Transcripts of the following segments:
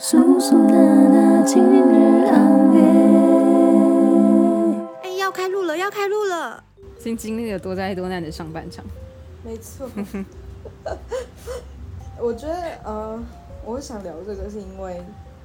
叔叔娜娜今日昂月。 哎，要开录了，要开录了！ 先经历了多灾多难的上半场。 没错。我觉得我想聊这个是因为，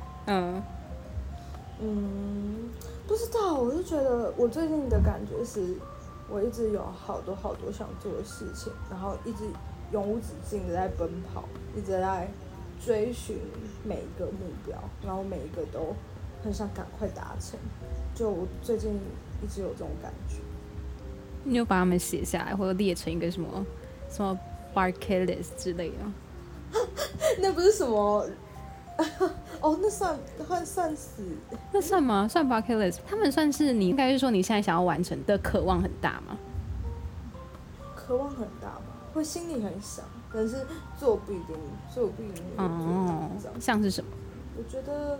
不知道，我就觉得我最近的感觉是，我一直有好多想做的事情，然后一直永无止境的在奔跑，一直在追寻每一个目标，然后每一个都很想赶快达成。就我最近一直有这种感觉。 你有把它们写下来，或者列成一个什么 bucket list 之类的？ 那不是什么哦，那算是那算吗？算 bucket list？ 他们算是你应该是说你现在想要完成的渴望很大吗？ 渴望很大吗？会心里很想，但是做不一定做到这样。 像是什么？ 我觉得，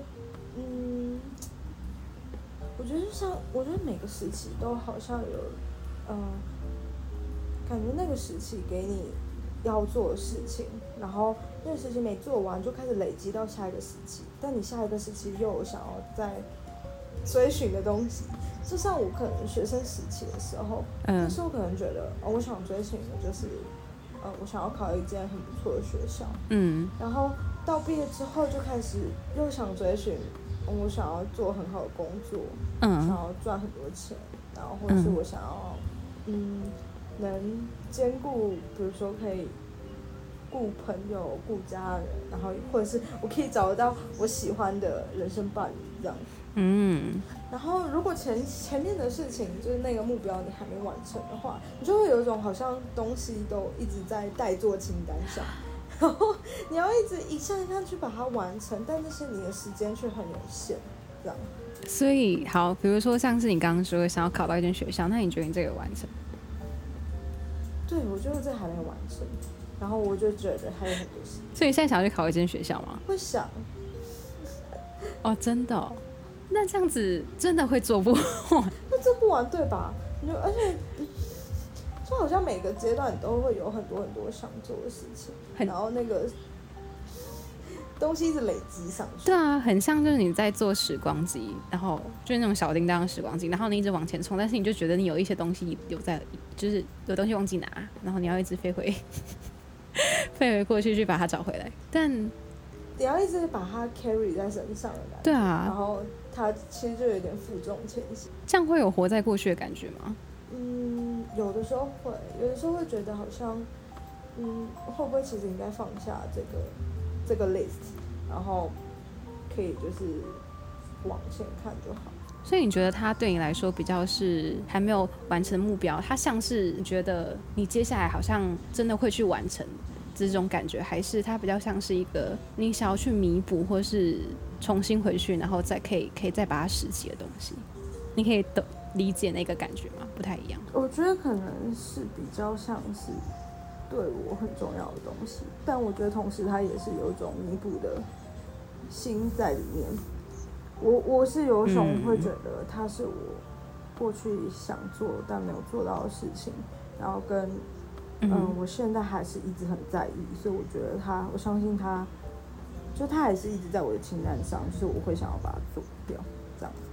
我觉得每个时期都好像有，感觉那个时期给你要做的事情，然后那个时期没做完就开始累积到下一个时期，但你下一个时期又有想要再追寻的东西。就像我可能学生时期的时候，那时候可能觉得，我想追寻的就是，我想要考一间很不错的学校，然后到毕业之后就开始又想追寻，我想要做很好的工作，想要赚很多钱，然后或者是我想要，能兼顾，比如说可以顾朋友、顾家人，然后或者是我可以找得到我喜欢的人生伴侣这样。然后如果前面的事情就是那个目标你还没完成的话，你就会有一种好像东西都一直在待做清单上，然后你要一直一项一项去把它完成，但是你的时间却很有限，这样。 所以好，比如说像是你刚刚说想要考到一间学校，那你觉得你这个完成？ 对，我觉得这还没完成，然后我就觉得还有很多事。 所以你现在想要去考一间学校吗？ 会想。 哦，真的哦？那这样子真的会做不完？ 会做不完，对吧？而且就好像每个阶段你都会有很多想做的事情，然后那个东西一直累积上去。 对啊，很像就是你在做时光机，然后就是那种小叮当的时光机，然后你一直往前冲，但是你就觉得你有一些东西就是有东西忘记拿，然后你要一直飞回过去把它找回来，但你要一直把它 carry 在身上的感觉。 对啊， 然后它其实就有点负重前行。 这样会有活在过去的感觉吗？ 有的时候会，有的时候会觉得好像，会不会其实应该放下这个 list， 然后可以就是往前看就好。 所以你觉得它对你来说比较是还没有完成的目标，它像是你觉得你接下来好像真的会去完成这种感觉，还是它比较像是一个你想要去弥补或是重新回去，然后再可以再把它拾起的东西？你可以理解那个感觉吗？不太一样。 我觉得可能是比较像是对我很重要的东西，但我觉得同时它也是有一种弥补的心在里面。我是有一种会觉得它是我过去想做但没有做到的事情，然后跟我现在还是一直很在意，所以我觉得我相信它还是一直在我的清单上，就是我会想要把它做掉，这样。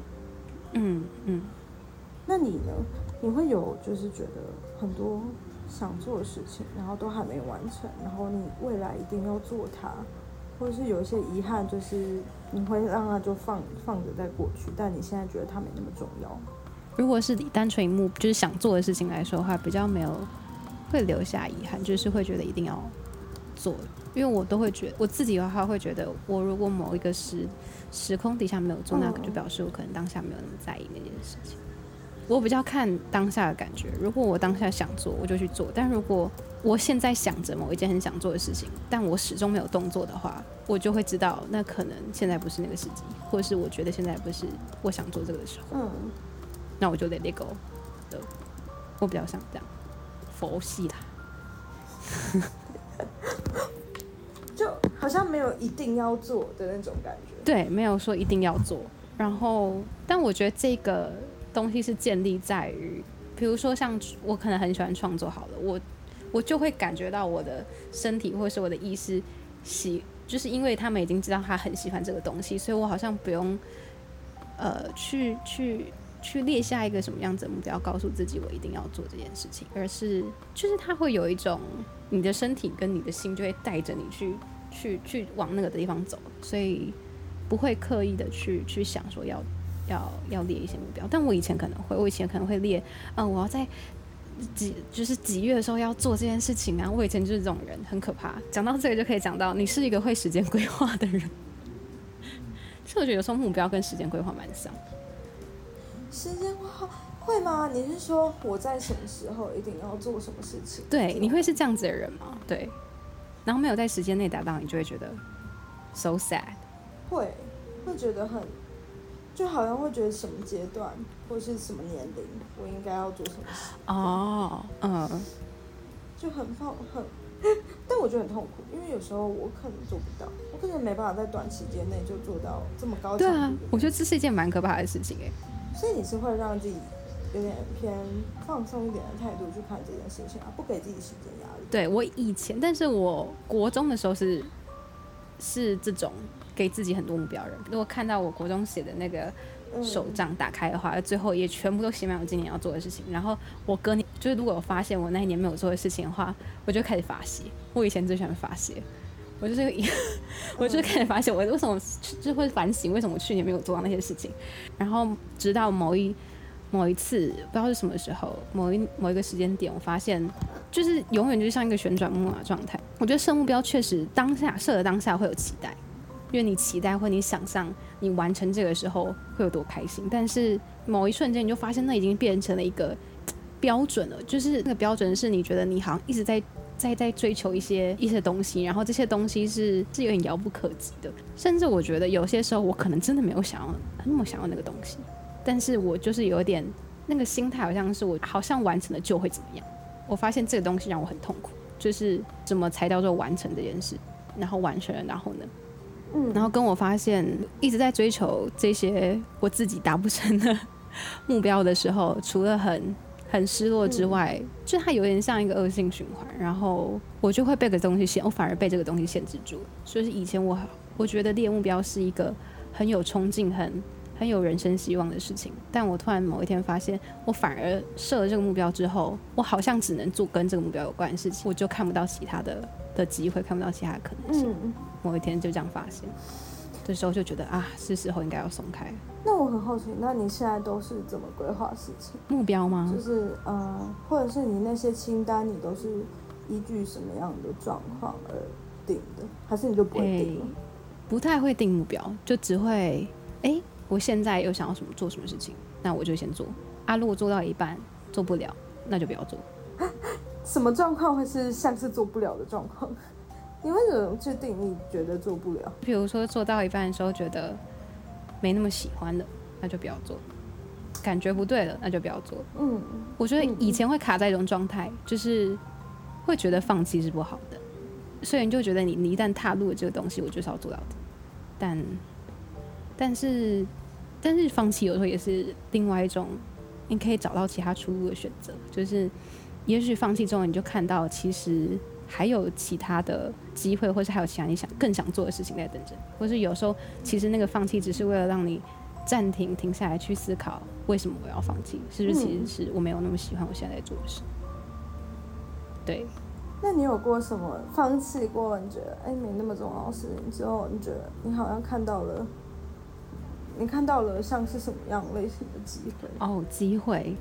那你呢？你会有就是觉得很多想做的事情，然后都还没完成，然后你未来一定要做它，或者是有一些遗憾，就是你会让它就放着在过去，但你现在觉得它没那么重要。 如果是以单纯就是想做的事情来说的话，比较没有会留下遗憾，就是会觉得一定要做，因为我都会觉得我自己的话会觉得，我如果某一个时空底下没有做，那就表示我可能当下没有那么在意那件事情。我比较看当下的感觉，如果我当下想做，我就去做；但如果我现在想着某一件很想做的事情，但我始终没有动作的话，我就会知道那可能现在不是那个时机，或者是我觉得现在不是我想做这个的时候。那我就得 let go 的。我比较像这样，佛系啦。 就好像没有一定要做的那种感觉。 对，没有说一定要做。然后，但我觉得这个东西是建立在于，比如说像我可能很喜欢创作好了，我就会感觉到我的身体或是我的意识就是因为他们已经知道他很喜欢这个东西，所以我好像不用去列下一个什么样子的目标，告诉自己我一定要做这件事情，而是就是他会有一种你的身体跟你的心就会带着你去往那个地方走，所以不会刻意的去想说要列一些目标。但我以前可能会列，我要在几月的时候要做这件事情啊。我以前就是这种人，很可怕。讲到这个就可以讲到，你是一个会时间规划的人。所以我觉得有时候目标跟时间规划蛮像。 时间规划会吗？你是说我在什么时候一定要做什么事情？ 对，你会是这样子的人吗？对，然后没有在时间内达到，你就会觉得 so sad。 会觉得就好像会觉得什么阶段或是什么年龄我应该要做什么事。 哦， 就但我觉得很痛苦，因为有时候我可能做不到，我可能没办法在短期间内就做到这么高强度。 对啊，我觉得这是一件蛮可怕的事情哎。 所以你是会让自己有点偏放松一点的态度去看这件事情啊，不给自己时间压力。 对，我以前，但是我国中的时候是这种给自己很多目标的人。如果看到我国中写的那个手账打开的话，最后一页全部都写满我今年要做的事情。然后我隔年就是如果我发现我那一年没有做的事情的话，我就开始发泄。我以前最喜欢发泄，我就开始发现我为什么就会反省为什么我去年没有做到那些事情。然后直到某一次不知道是什么时候，某一个时间点，我发现就是永远就是像一个旋转木马状态。我觉得设目标确实设的当下会有期待，因为你期待或你想象你完成这个时候会有多开心，但是某一瞬间你就发现那已经变成了一个标准了，就是那个标准是你觉得你好像一直在追求一些东西，然后这些东西是有点遥不可及的，甚至我觉得有些时候我可能真的没有那么想要那个东西，但是我就是有点那个心态，好像是我好像完成了就会怎么样。我发现这个东西让我很痛苦，就是怎么才叫做完成这件事，然后完成了，然后呢？然后跟我发现一直在追求这些我自己达不成的目标的时候，除了很失落之外，就它有点像一个恶性循环，然后我就会被这个东西我反而被这个东西限制住了。所以以前我觉得列目标是一个很有冲劲、很有人生希望的事情，但我突然某一天发现，我反而设了这个目标之后，我好像只能做跟这个目标有关的事情，我就看不到其他的机会，看不到其他的可能性。某一天就这样发现，这时候就觉得是时候应该要松开。 那我很好奇，那你现在都是怎么规划事情？ 目标吗？ 就是或者是你那些清单，你都是依据什么样的状况而定的，还是你就不会定了？ 不太会定目标，就只会我现在有想要做什么事情，那我就先做如果做到一半做不了，那就不要做。 什么状况会是像是做不了的状况？你为什么确定你觉得做不了？ 比如说做到一半的时候觉得没那么喜欢了，那就不要做；感觉不对了，那就不要做。我觉得以前会卡在一种状态，就是会觉得放弃是不好的，所以你就觉得你一旦踏入了这个东西，我就是要做到的。但是放弃有时候也是另外一种，你可以找到其他出路的选择。就是也许放弃之后，你就看到其实还有其他的机会，或是还有其他你更想做的事情在等着你，或是有时候其实那个放弃只是为了让你停下来去思考，为什么我要放弃？是不是其实是我没有那么喜欢我现在在做的事？对。 那你有过什么放弃过？你觉得没那么重要的事情之后，你觉得你好像看到了像是什么样类型的机会？ 机会，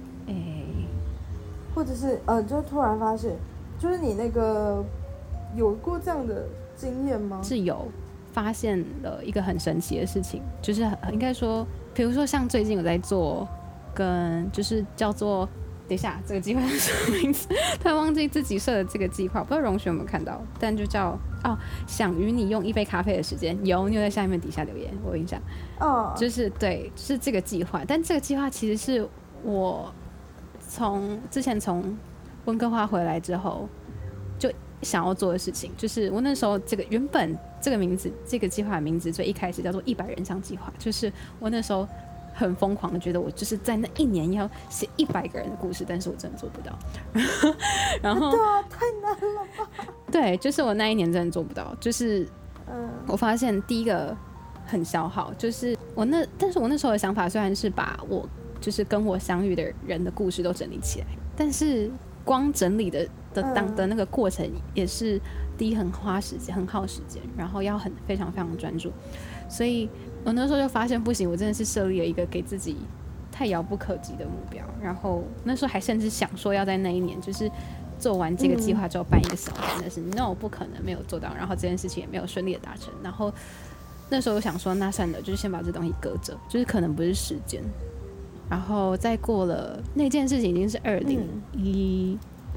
或者是就突然发现，就是你那个有过这样的经验吗？ 是有发现了一个很神奇的事情，就是应该说，比如说像最近有在做就是叫做。等一下，这个计划是什么名字？他忘记自己设的这个计划，不知道荣雪有没有看到，但就叫想与你用一杯咖啡的时间。你有在下面底下留言，我有印象。就是对，就是这个计划。但这个计划其实是我之前从温哥华回来之后就想要做的事情。就是我那时候原本这个名字，这个计划的名字最一开始叫做100人像计划，就是我那时候。很疯狂的觉得我就是在那一年要写100个人的故事，但是我真的做不到。然后对啊，太难了吧？ 对，就是我那一年真的做不到，就是我发现第一个很消耗，就是但是我那时候的想法虽然是把我就是跟我相遇的人的故事都整理起来，但是光整理的那个过程也是第一很花时间，很耗时间，然后要非常非常专注，所以我那时候就发现不行，我真的是设立了一个给自己太遥不可及的目标，然后那时候还甚至想说要在那一年就是做完这个计划之后办一个小班，但是 no 不可能没有做到，然后这件事情也没有顺利的达成，然后那时候我想说那算了，就是先把这东西搁着，就是可能不是时间，然后再过了那件事情已经是2019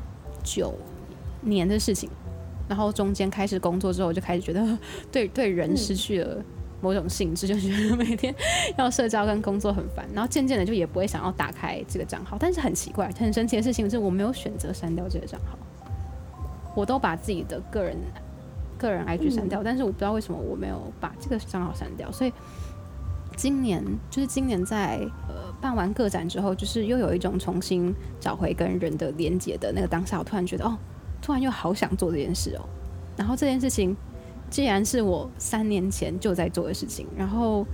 年的事情，然后中间开始工作之后，我就开始觉得对人失去了某种兴致，就觉得每天要社交跟工作很烦，然后渐渐的就也不会想要打开这个账号。但是很奇怪很神奇的事情是我没有选择删掉这个账号，我都把自己的个人 IG 删掉，但是我不知道为什么我没有把这个账号删掉，所以今年在办完个展之后，就是又有一种重新找回跟人的连结的那个当下，我突然觉得突然又好想做这件事然后这件事情既然是我3年前就在做的事情，然后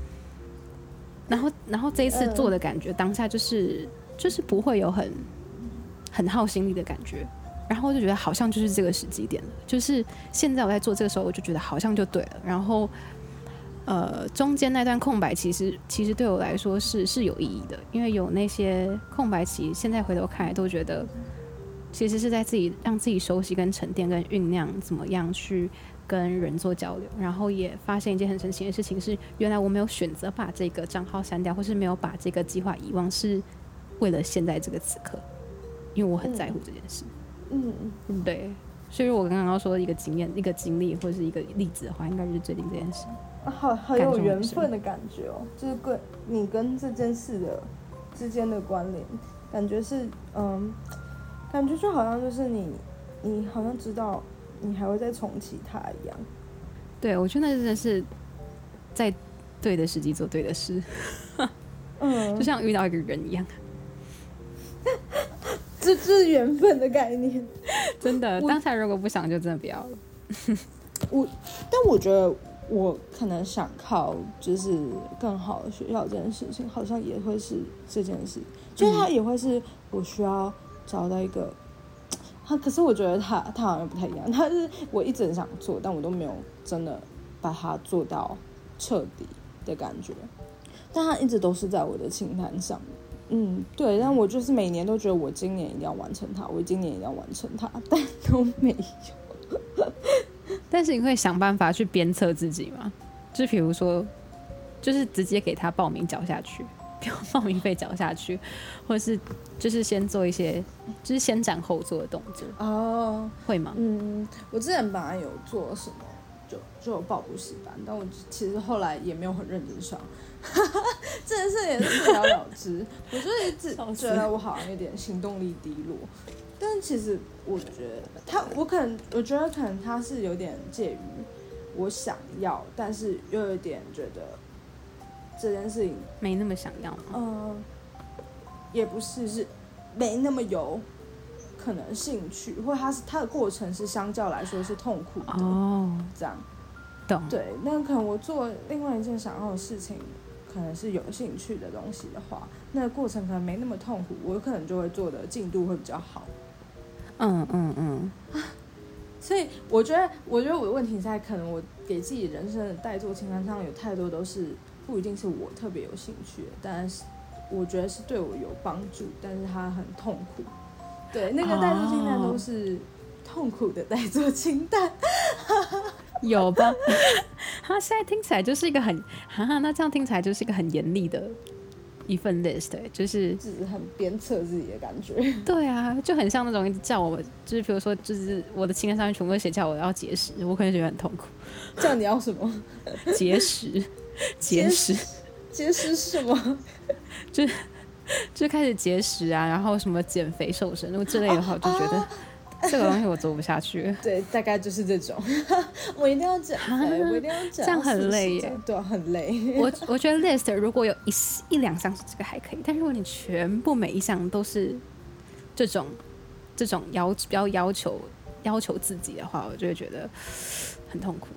这一次做的感觉，当下就是不会有很耗心力的感觉，然后就觉得好像就是这个时机点了，就是现在我在做这个时候，我就觉得好像就对了。然后中间那段空白其实对我来说是有意义的，因为有那些空白期，现在回头看来都觉得其实是在让自己熟悉跟沉淀跟酝酿怎么样去跟人做交流，然后也发现一件很神奇的事情是，原来我没有选择把这个账号删掉，或是没有把这个计划遗忘，是为了现在这个此刻，因为我很在乎这件事。对，所以我刚刚说一个经验、一个经历或是一个例子的话，应该就是最近这件事。 好有缘分的感觉就是你跟这件事的之间的关联，感觉是感觉就好像就是你好像知道你还会再重启它一样。 对，我觉得那真的是在对的时机做对的事，就像遇到一个人一样。 这是缘分的概念， 真的。当下如果不想，就真的不要了。 但我觉得我可能想靠就是更好的学校这件事情，好像也会是这件事，就是它也会是我需要找到一个。可是我觉得他好像不太一样，他是我一直很想做，但我都没有真的把它做到彻底的感觉，但他一直都是在我的清单上。对，但我就是每年都觉得我今年一定要完成它，但都没有。 但是你会想办法去鞭策自己吗？就比如说，就是直接给他报名缴下去，报名费缴下去，或者是就是先做一些，就是先斩后奏的动作。会吗？ 我之前本来有做什么，就有报补习班，但我其实后来也没有很认真上。这件事也是不了了之。我就一直觉得我好像有点行动力低落，但其实我觉得我觉得可能他是有点介于我想要，但是又有点觉得这件事情没那么想要吗？ 也不是，是没那么有可能兴趣，或者它的过程是相较来说是痛苦的。这样。 懂。 对，那可能我做另外一件想要的事情，可能是有兴趣的东西的话，那个过程可能没那么痛苦，我可能就会做的进度会比较好。所以我觉得我的问题在可能我给自己人生的待做清单上有太多都是不一定是我特别有兴趣的，但是我觉得是对我有帮助，但是它很痛苦。对，那个待做清单都是痛苦的待做清单。 有吧？他现在听起来就是一个那这样听起来就是一个很严厉的一份 list， 就是很鞭策自己的感觉。对啊，就很像那种一直叫我，就是比如说，就是我的清单上面全部都写叫我要节食，我可能觉得很痛苦。 叫你要什么？ 节食是什么？ 就开始节食啊，然后什么减肥瘦身，如果之类的话，我就觉得这个东西我做不下去。 对，大概就是这种。我一定要减肥，我一定要减， 这样很累耶。 对，很累。 我觉得 list 如果有一两项是这个还可以，但如果你全部每一项都是这种比较要求自己的话，我就会觉得很痛苦。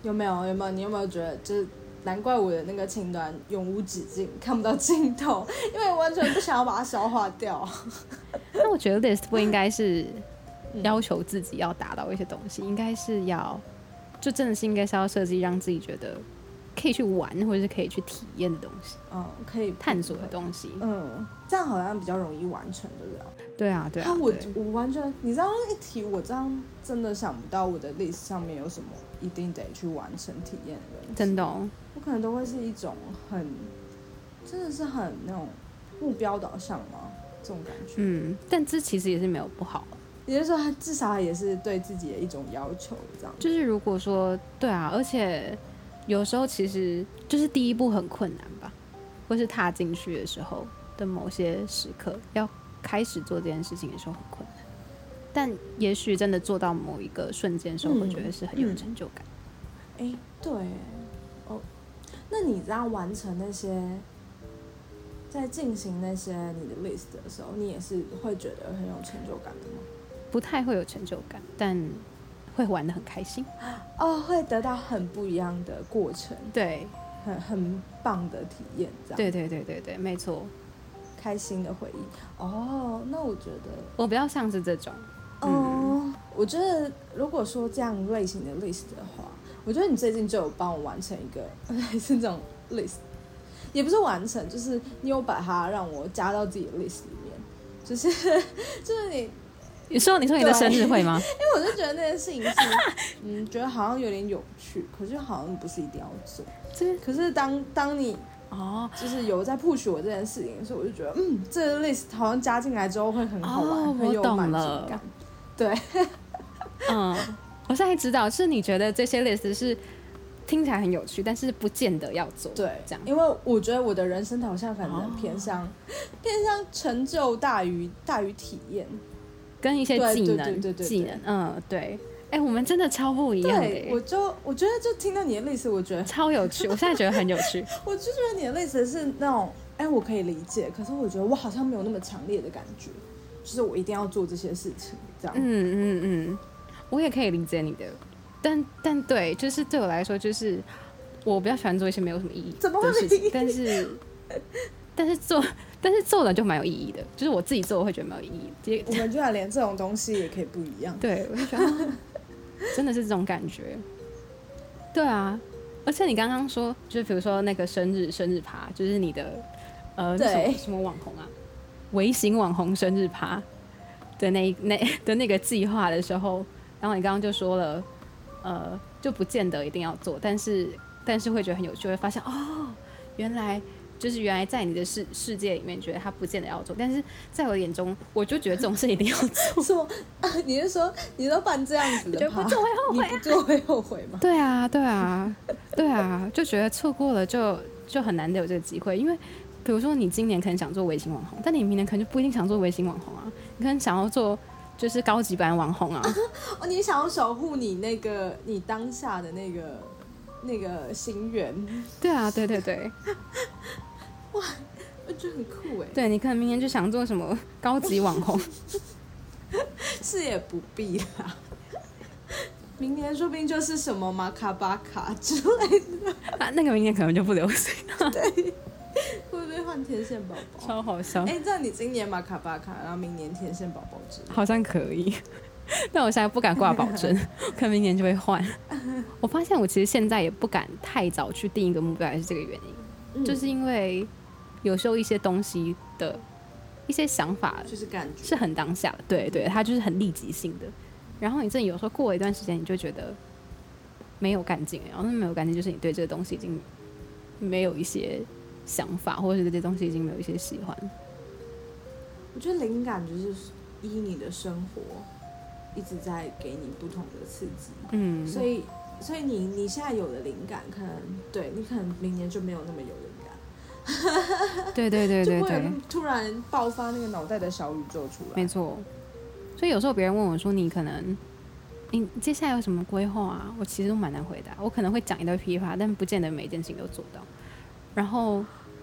有没有？你有没有觉得就是难怪我的那个清单永无止境，看不到尽头，因为我完全不想要把它消化掉。 那我觉得 list 不应该是要求自己要达到一些东西，应该是要就真的是应该是要设计让自己觉得可以去玩或者是可以去体验的东西， 可以探索的东西。 这样好像比较容易完成的了。 对啊，对啊。 我完全，你这样一提，我这样真的想不到我的 list 上面有什么一定得去完成体验的东西。 真的哦， 我可能都会是一种真的是很那种目标导向吗？这种感觉。 但这其实也是没有不好。 也就是说，他至少也是对自己的一种要求，这样。 就是如果说对啊，而且有时候其实就是第一步很困难吧，或是踏进去的时候的某些时刻，要开始做这件事情的时候很困难，但也许真的做到某一个瞬间的时候，我觉得是很有成就感。 对哦，那你这样完成那些，在进行那些你的 list 的时候，你也是会觉得很有成就感的吗？ 不太会有成就感，但会玩得很开心。 会得到很不一样的过程， 对， 很棒的体验，这样。 对，没错， 开心的回忆。那我觉得我比较像是这种。 我觉得如果说这样类型的 list 的话，我觉得你最近就有帮我完成一个类似这种 list， 也不是完成，就是你有把它让我加到自己的 list 里面，就是你说你的生日会吗？ 因为我就觉得那件事情是，觉得好像有点有趣，可是好像不是一定要做。可是当你就是有在 push 我这件事情的时候，我就觉得这个 list 好像加进来之后会很好玩，很有满足感。对， 我现在知道，是你觉得这些 list 是听起来很有趣，但是不见得要做。 对， 这样， 因为我觉得我的人生导向可能偏向成就大于体验， 跟一些技能，对。我们真的超不一样的。 对，我觉得就听到你的 list， 我觉得超有趣，我现在觉得很有趣。 我就觉得你的 list 是那种，我可以理解，可是我觉得我好像没有那么强烈的感觉，就是我一定要做这些事情，这样。 我也可以理解你的，但对，就是对我来说，就是我比较喜欢做一些没有什么意义的事情，但是做了就蛮有意义的，就是我自己做我会觉得蛮有意义。 我们居然连这种东西也可以不一样。 对，我就觉得真的是这种感觉。对啊，而且你刚刚说，就是比如说那个生日趴，就是你的什么网红啊，微型网红生日趴的那个计划的时候，然后你刚刚就说了，就不见得一定要做，但是会觉得很有趣，会发现原来在你的世界里面，觉得他不见得要做，但是在我眼中，我就觉得这种事一定要做。 是吗？你是说你都办这样子的趴， 不做会后悔， 你不做会后悔吗？ 对啊，就觉得错过了就很难得有这个机会，因为比如说你今年可能想做微型网红，但你明年可能就不一定想做微型网红啊，你可能想要做就是高级版网红啊。 你想要守护你当下的那个心愿。 对啊，对。 哇，我觉得很酷哎。 对，你可能明年就想做什么高级网红， 是也不必啦。明年说不定就是什么马卡巴卡之类的。 那个明年可能就不流行了。 对，会不会换天线宝宝？ 超好笑。 这样你今年马卡巴卡，然后明年天线宝宝之类的。 好像可以。但我现在不敢挂保证，可能明年就会换。我发现我其实现在也不敢太早去定一个目标，也是这个原因，就是因为有时候一些东西的一些想法就是感觉是很当下的，对，它就是很立即性的。然后你真的有时候过了一段时间，你就觉得没有干劲，然后那没有干劲就是你对这个东西已经没有一些想法，或者是对这东西已经没有一些喜欢。 我觉得灵感就是依你的生活一直在给你不同的刺激，所以你现在有的灵感，可能对你可能明年就没有那么有灵感，对，就不会突然爆发那个脑袋的小宇宙出来。 没错，所以有时候别人问我说你接下来有什么规划啊？我其实都蛮难回答，我可能会讲一堆批发，但不见得每一件事情都做到。然后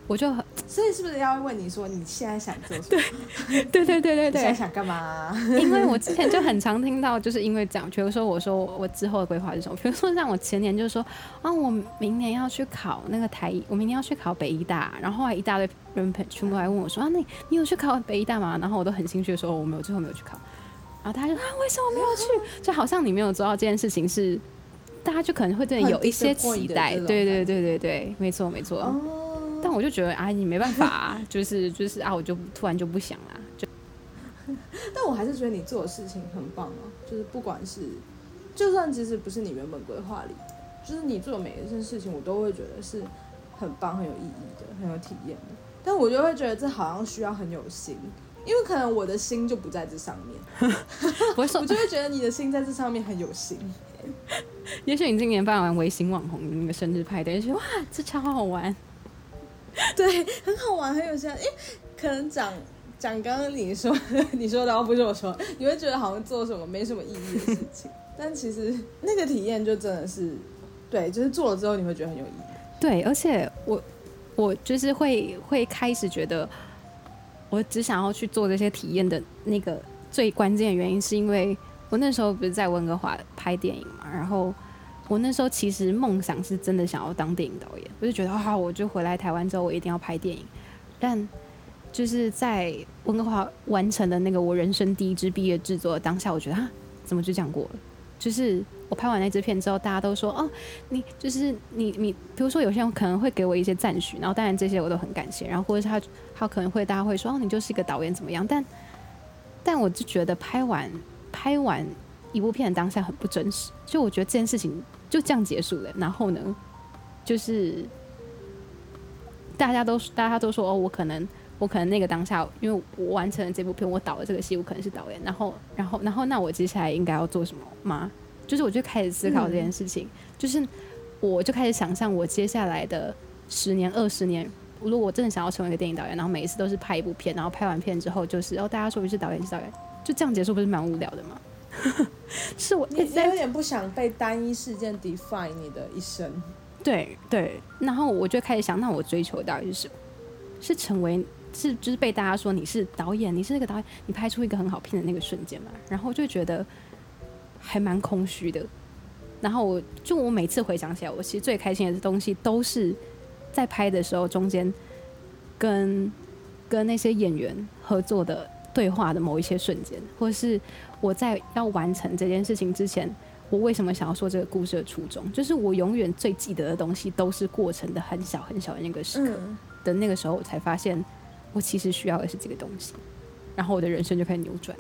我就很所以是不是要问你说你现在想做什么？ 对你现在想干嘛？ 因为我之前就很常听到，就是因为这样，比如说我说我之后的规划是什么，比如说像我前年就说啊，我明年要去考那个我明年要去考北医大，然后后来一大堆人全部来问我说啊，你有去考北医大吗？然后我都很兴趣的说我没有，最后没有去考。然后大家就啊，为什么没有去？就好像你没有做到这件事情是，大家就可能会对你有一些期待。对，没错。但我就觉得啊，你没办法啊，就是啊，我就突然就不想啦。 但我还是觉得你做的事情很棒啊，就是不管是，就算其实不是你原本规划里，就是你做的每一件事情，我都会觉得是很棒、很有意义的、很有体验的。但我就会觉得这好像需要很有心，因为可能我的心就不在这上面。我就会觉得你的心在这上面很有心。 也许你今年办完微型网红的那个生日派对，就觉得哇，这超好玩。 对，很好玩，很有趣。因为可能讲刚刚你说的，然后不是我说，你会觉得好像做什么没什么意义的事情，但其实那个体验就真的是，对，就是做了之后你会觉得很有意义。 对，而且我就是会开始觉得，我只想要去做这些体验的那个最关键的原因，是因为我那时候不是在温哥华拍电影嘛，然后。我那时候其实梦想是真的想要当电影导演，我就觉得啊，我就回来台湾之后，我一定要拍电影。但就是在温哥华完成了那个我人生第一支毕业制作的当下，我觉得啊，怎么就这样过了？就是我拍完那支片之后，大家都说哦，你就是你，比如说有些人可能会给我一些赞许，然后当然这些我都很感谢，然后或者是他可能会大家会说哦，你就是一个导演怎么样？但我就觉得拍完一部片的当下很不真实，就我觉得这件事情就这样结束了。然后呢，就是大家都说哦，我可能那个当下，因为我完成了这部片，我导了这个戏，我可能是导演。然后那我接下来应该要做什么吗？就是我就开始思考这件事情，就是我就开始想象我接下来的10年、20年，如果我真的想要成为一个电影导演，然后每一次都是拍一部片，然后拍完片之后就是大家说你是导演，就这样结束，不是蛮无聊的吗？是我一直在有点不想被单一事件 define 你的一生。 对，然后我就开始想，那我追求的到底是什么？是成为就是被大家说你是导演，你是那个导演，你拍出一个很好片的那个瞬间嘛？然后就觉得还蛮空虚的。然后我每次回想起来，我其实最开心的东西都是在拍的时候中间跟那些演员合作的对话的某一些瞬间，或是我在要完成这件事情之前，我为什么想要说这个故事的初衷，就是我永远最记得的东西都是过程的很小很小的那个时刻的那个时候，我才发现我其实需要的是这个东西，然后我的人生就开始扭转。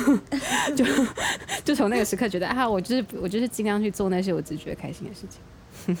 就从那个时刻觉得啊，我就是尽量去做那些我自己觉得开心的事情。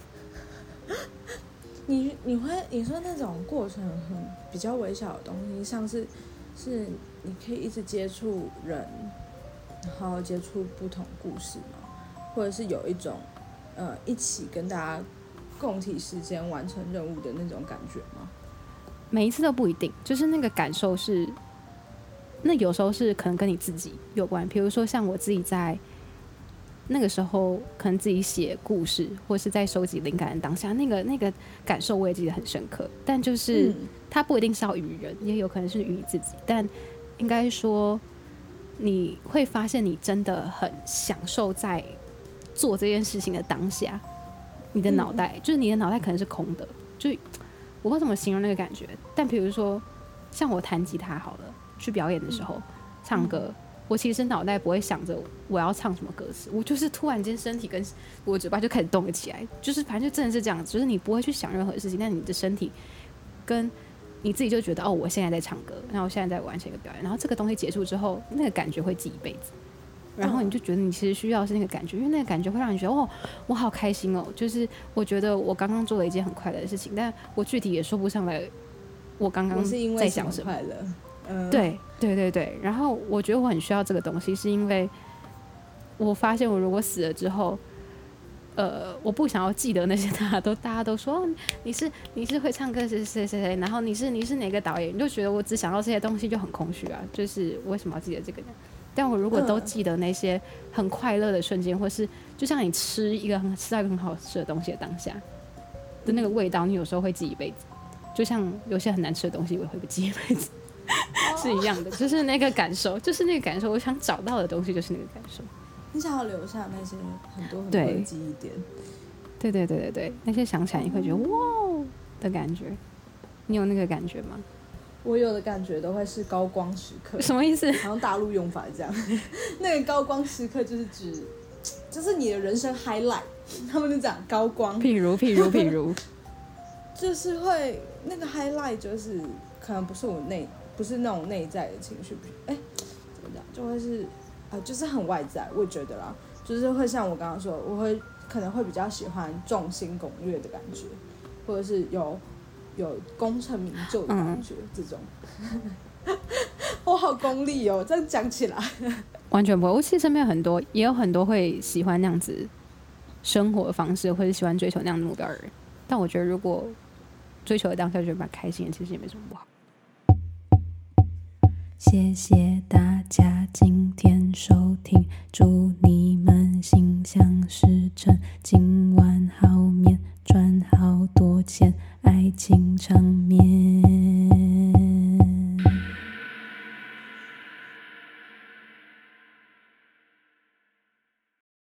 你说那种过程很比较微小的东西，像是你可以一直接触人，然后接触不同故事吗？或者是有一种一起跟大家共体时间完成任务的那种感觉吗？ 每一次都不一定，就是那个感受是，那有时候是可能跟你自己有关，比如说像我自己在那个时候可能自己写故事，或是在收集灵感的当下，那个感受我也记得很深刻。但就是它不一定是要与人，也有可能是与你自己。但应该说，你会发现你真的很享受在做这件事情的当下，你的脑袋就是你的脑袋可能是空的，就我不知道怎么形容那个感觉。但比如说，像我弹吉他好了，去表演的时候唱歌。我其实脑袋不会想着我要唱什么歌词，我就是突然间身体跟我嘴巴就开始动了起来，就是反正就真的是这样，就是你不会去想任何事情，但你的身体跟你自己就觉得哦，我现在在唱歌，然后我现在在完成一个表演，然后这个东西结束之后，那个感觉会记一辈子，然后你就觉得你其实需要是那个感觉，因为那个感觉会让你觉得哦，我好开心哦，就是我觉得我刚刚做了一件很快乐的事情，但我具体也说不上来，我刚刚在想什么快乐。 对，然后我觉得我很需要这个东西，是因为我发现我如果死了之后，我不想要记得那些大家都说、哦、你是会唱歌谁，然后你是哪个导演，你就觉得我只想到这些东西就很空虚啊，就是我为什么要记得这个呢？但我如果都记得那些很快乐的瞬间，或是就像你吃到一个很好吃的东西的当下的那个味道，你有时候会记一辈子。 就像有些很难吃的东西我也会不记一辈子是一样的，就是那个感受，我想找到的东西就是那个感受。 你想要留下那些很多很多的记忆点。 对，那些想起来你会觉得哇的感觉。你有那个感觉吗？ 我有的感觉都会是高光时刻。 什么意思？ 好像大陆用法这样。那个高光时刻就是指，就是你的人生 highlight， 他们就讲高光。 譬如， 就是会那个 highlight 就是可能不是那种内在的情绪，怎么讲，就会是就是很外在，我也觉得啦，就是会像我刚刚说，我会可能会比较喜欢众星拱月的感觉，或者是有功成名就的感觉，这种。我好功利哦，这样讲起来完全不会。我其实身边也有很多会喜欢那样子生活的方式，或者喜欢追求那样的目标的人。但我觉得如果追求的当下觉得蛮开心的，其实也没什么不好。 谢谢大家今天收听，祝你们心想事成，今晚好眠，赚好多钱，爱情长眠。